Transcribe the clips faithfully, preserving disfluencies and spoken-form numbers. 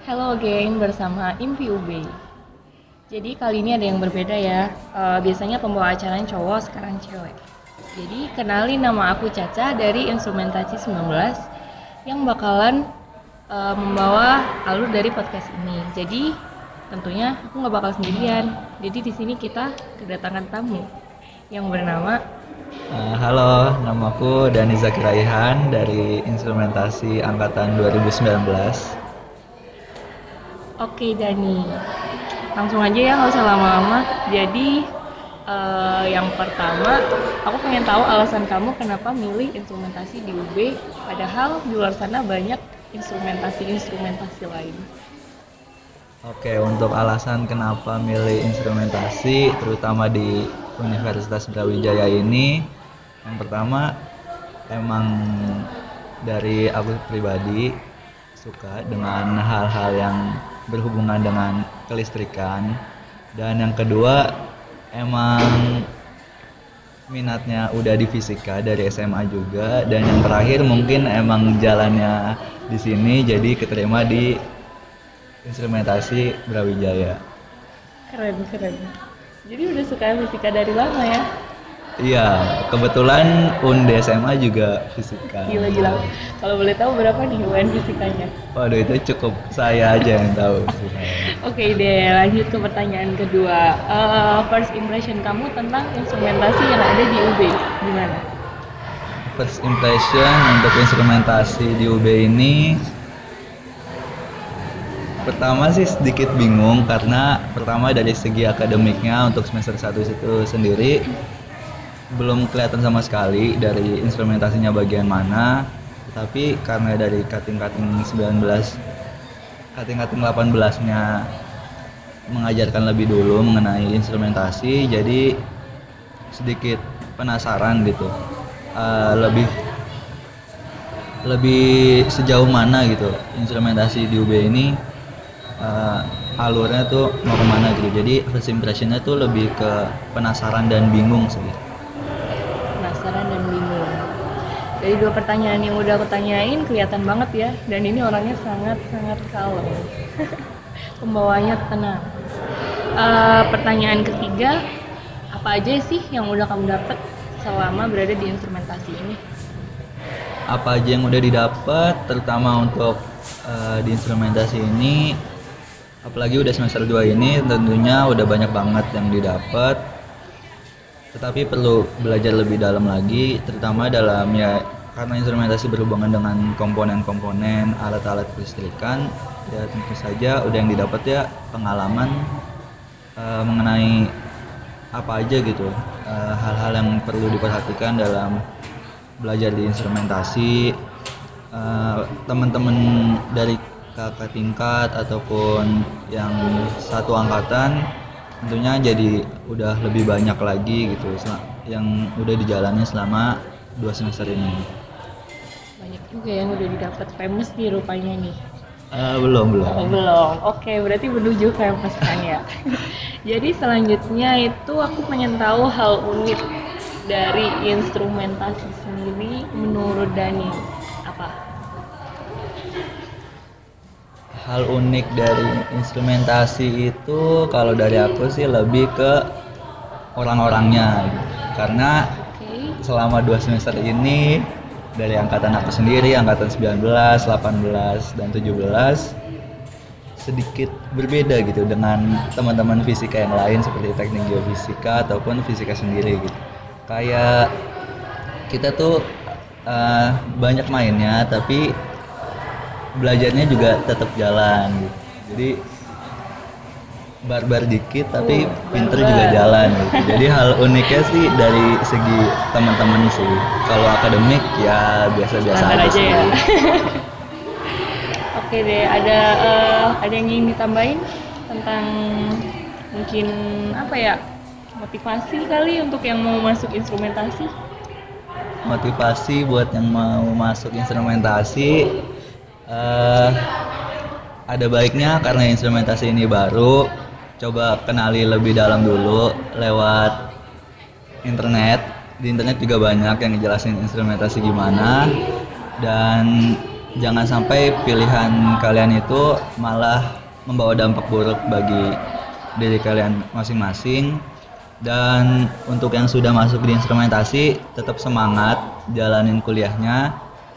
Halo geng, bersama Impi U B. Jadi kali ini ada yang berbeda ya. Eh, biasanya pembawa acaranya cowok, sekarang cewek. Jadi kenalin, nama aku Caca dari Instrumentasi sembilan belas yang bakalan eh, membawa alur dari podcast ini. Jadi tentunya aku nggak bakal sendirian. Jadi di sini kita kedatangan tamu yang bernama. Uh, halo, namaku Dani Zakiraihan dari Instrumentasi Angkatan dua ribu sembilan belas. Oke Dani, langsung aja ya, nggak usah lama-lama. Jadi eh, yang pertama, aku pengen tahu alasan kamu kenapa milih instrumentasi di U B, padahal di luar sana banyak instrumentasi-instrumentasi lain. Oke, untuk alasan kenapa milih instrumentasi, terutama di Universitas Brawijaya ini, yang pertama emang dari aku pribadi suka dengan hal-hal yang berhubungan dengan kelistrikan, dan yang kedua emang minatnya udah di fisika dari S M A juga, dan yang terakhir mungkin emang jalannya di sini jadi keterima di Instrumentasi Brawijaya. Keren, keren. Jadi udah suka fisika dari lama ya? Iya, kebetulan U N D S M A juga fisika. Gila, gila. Kalau boleh tahu berapa nih U N fisikanya? Waduh, itu cukup saya aja yang tahu. Oke deh, lanjut ke pertanyaan kedua. Eh, first impression kamu tentang instrumentasi yang ada di U B, gimana? First impression untuk instrumentasi di U B ini, pertama sih sedikit bingung karena pertama dari segi akademiknya untuk semester satu itu sendiri belum kelihatan sama sekali dari instrumentasinya bagian mana, tapi karena dari cutting-cutting sembilan belas, cutting-cutting delapan belas-nya mengajarkan lebih dulu mengenai instrumentasi, jadi sedikit penasaran gitu. Uh, lebih lebih sejauh mana gitu instrumentasi di U B ini, uh, alurnya tuh mau kemana gitu. Jadi first impressionnya tuh lebih ke penasaran dan bingung sih. Penasaran dan bingung. Dari dua pertanyaan yang udah aku tanyain kelihatan banget ya, dan ini orangnya sangat-sangat kalem. Pembawanya tenang. Uh, pertanyaan ketiga, apa aja sih yang udah kamu dapet selama berada di instrumentasi ini? Apa aja yang udah didapat, terutama untuk uh, di instrumentasi ini, apalagi udah semester dua ini, tentunya udah banyak banget yang didapat, tetapi perlu belajar lebih dalam lagi, terutama dalam ya, karena instrumentasi berhubungan dengan komponen-komponen alat-alat kelistrikan, ya tentu saja udah yang didapat ya pengalaman uh, mengenai apa aja gitu, uh, hal-hal yang perlu diperhatikan dalam belajar di instrumentasi. Uh, teman-teman dari kakak tingkat ataupun yang satu angkatan tentunya jadi udah lebih banyak lagi gitu yang udah dijalani selama dua semester ini. Banyak juga yang udah didapat, famous nih rupanya nih. Uh, belum belum. Oh, belum. Oke, berarti menuju famous kan ya. Jadi selanjutnya itu aku pengen tahu hal unik dari instrumentasi sendiri menurut Dani apa? Hal unik dari instrumentasi itu kalau dari aku sih lebih ke orang-orangnya, karena okay. selama dua semester ini dari angkatan aku sendiri, angkatan sembilan belas, delapan belas, dan tujuh belas sedikit berbeda gitu dengan teman-teman fisika yang lain seperti teknik geofisika ataupun fisika sendiri gitu. Kayak kita tuh uh, banyak mainnya tapi belajarnya juga tetap jalan gitu. Jadi barbar dikit tapi uh, pinter barbar. juga jalan gitu. Jadi hal uniknya sih dari segi teman-teman sih. Kalau akademik ya biasa-biasa aja, aja sih. Ya. Oke deh, ada uh, ada yang ingin ditambahin tentang mungkin apa ya, motivasi kali untuk yang mau masuk instrumentasi? Motivasi buat yang mau masuk instrumentasi, uh, ada baiknya karena instrumentasi ini baru, coba kenali lebih dalam dulu lewat internet. Di internet juga banyak yang ngejelasin instrumentasi gimana, dan jangan sampai pilihan kalian itu malah membawa dampak buruk bagi diri kalian masing-masing. Dan untuk yang sudah masuk di instrumentasi, tetap semangat jalanin kuliahnya,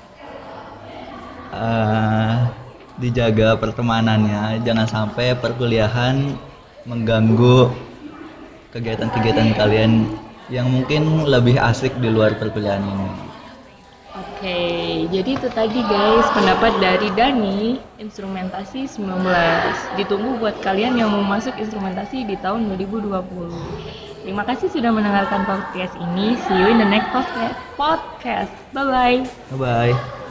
uh, dijaga pertemanannya, jangan sampai perkuliahan mengganggu kegiatan-kegiatan kalian yang mungkin lebih asik di luar perkuliahan ini. Oke, jadi itu tadi guys pendapat dari Dani, instrumentasi sembilan belas. Ditunggu buat kalian yang mau masuk instrumentasi di tahun dua ribu dua puluh. Terima kasih sudah mendengarkan podcast ini. See you in the next podcast. Bye-bye. Bye-bye.